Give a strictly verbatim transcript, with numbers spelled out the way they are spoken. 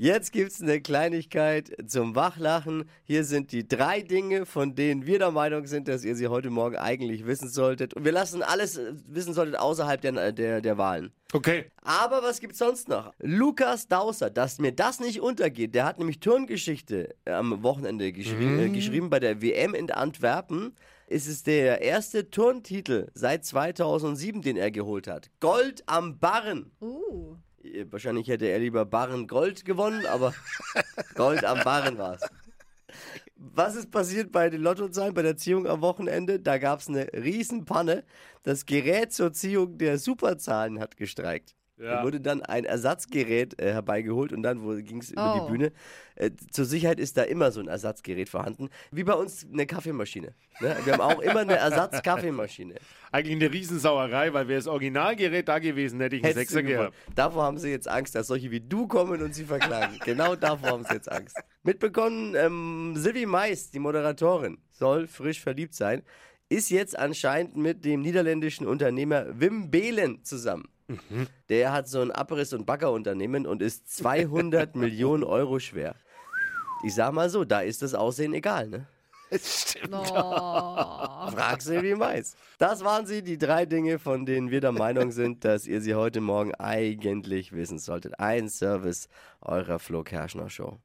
Jetzt gibt's eine Kleinigkeit zum Wachlachen. Hier sind die drei Dinge, von denen wir der Meinung sind, dass ihr sie heute Morgen eigentlich wissen solltet. Und wir lassen alles äh, wissen solltet außerhalb der, der, der Wahlen. Okay. Aber was gibt's sonst noch? Lukas Dausser, dass mir das nicht untergeht, der hat nämlich Turngeschichte am Wochenende geschri- Mhm. äh, geschrieben bei der W M in Antwerpen. Es ist der erste Turntitel seit zweitausendsieben, den er geholt hat. Gold am Barren. Uh. Wahrscheinlich hätte er lieber Barren Gold gewonnen, aber Gold am Barren war's. Was ist passiert bei den Lottozahlen, bei der Ziehung am Wochenende? Da gab's eine Riesenpanne. Das Gerät zur Ziehung der Superzahlen hat gestreikt. Ja. Da wurde dann ein Ersatzgerät äh, herbeigeholt und dann ging es über Oh. die Bühne. Äh, zur Sicherheit ist da immer so ein Ersatzgerät vorhanden. Wie bei uns eine Kaffeemaschine. Ne? Wir haben auch immer eine Ersatzkaffeemaschine. Eigentlich eine Riesensauerei, weil wäre das Originalgerät da gewesen, hätte ich einen Hättest Sechser du gewonnen. gehabt. Davor haben sie jetzt Angst, dass solche wie du kommen und sie verklagen. Genau davor haben sie jetzt Angst. Mitbekommen, ähm, Sylvie Mais, die Moderatorin, soll frisch verliebt sein, ist jetzt anscheinend mit dem niederländischen Unternehmer Wim Beelen zusammen. Mhm. Der hat so ein Abriss- und Baggerunternehmen und ist zweihundert Millionen Euro schwer. Ich sag mal so, da ist das Aussehen egal, ne? Stimmt. Oh. Frag Sylvie Mais. Das waren sie, die drei Dinge, von denen wir der Meinung sind, dass ihr sie heute Morgen eigentlich wissen solltet. Ein Service eurer Flo Kerschner Show.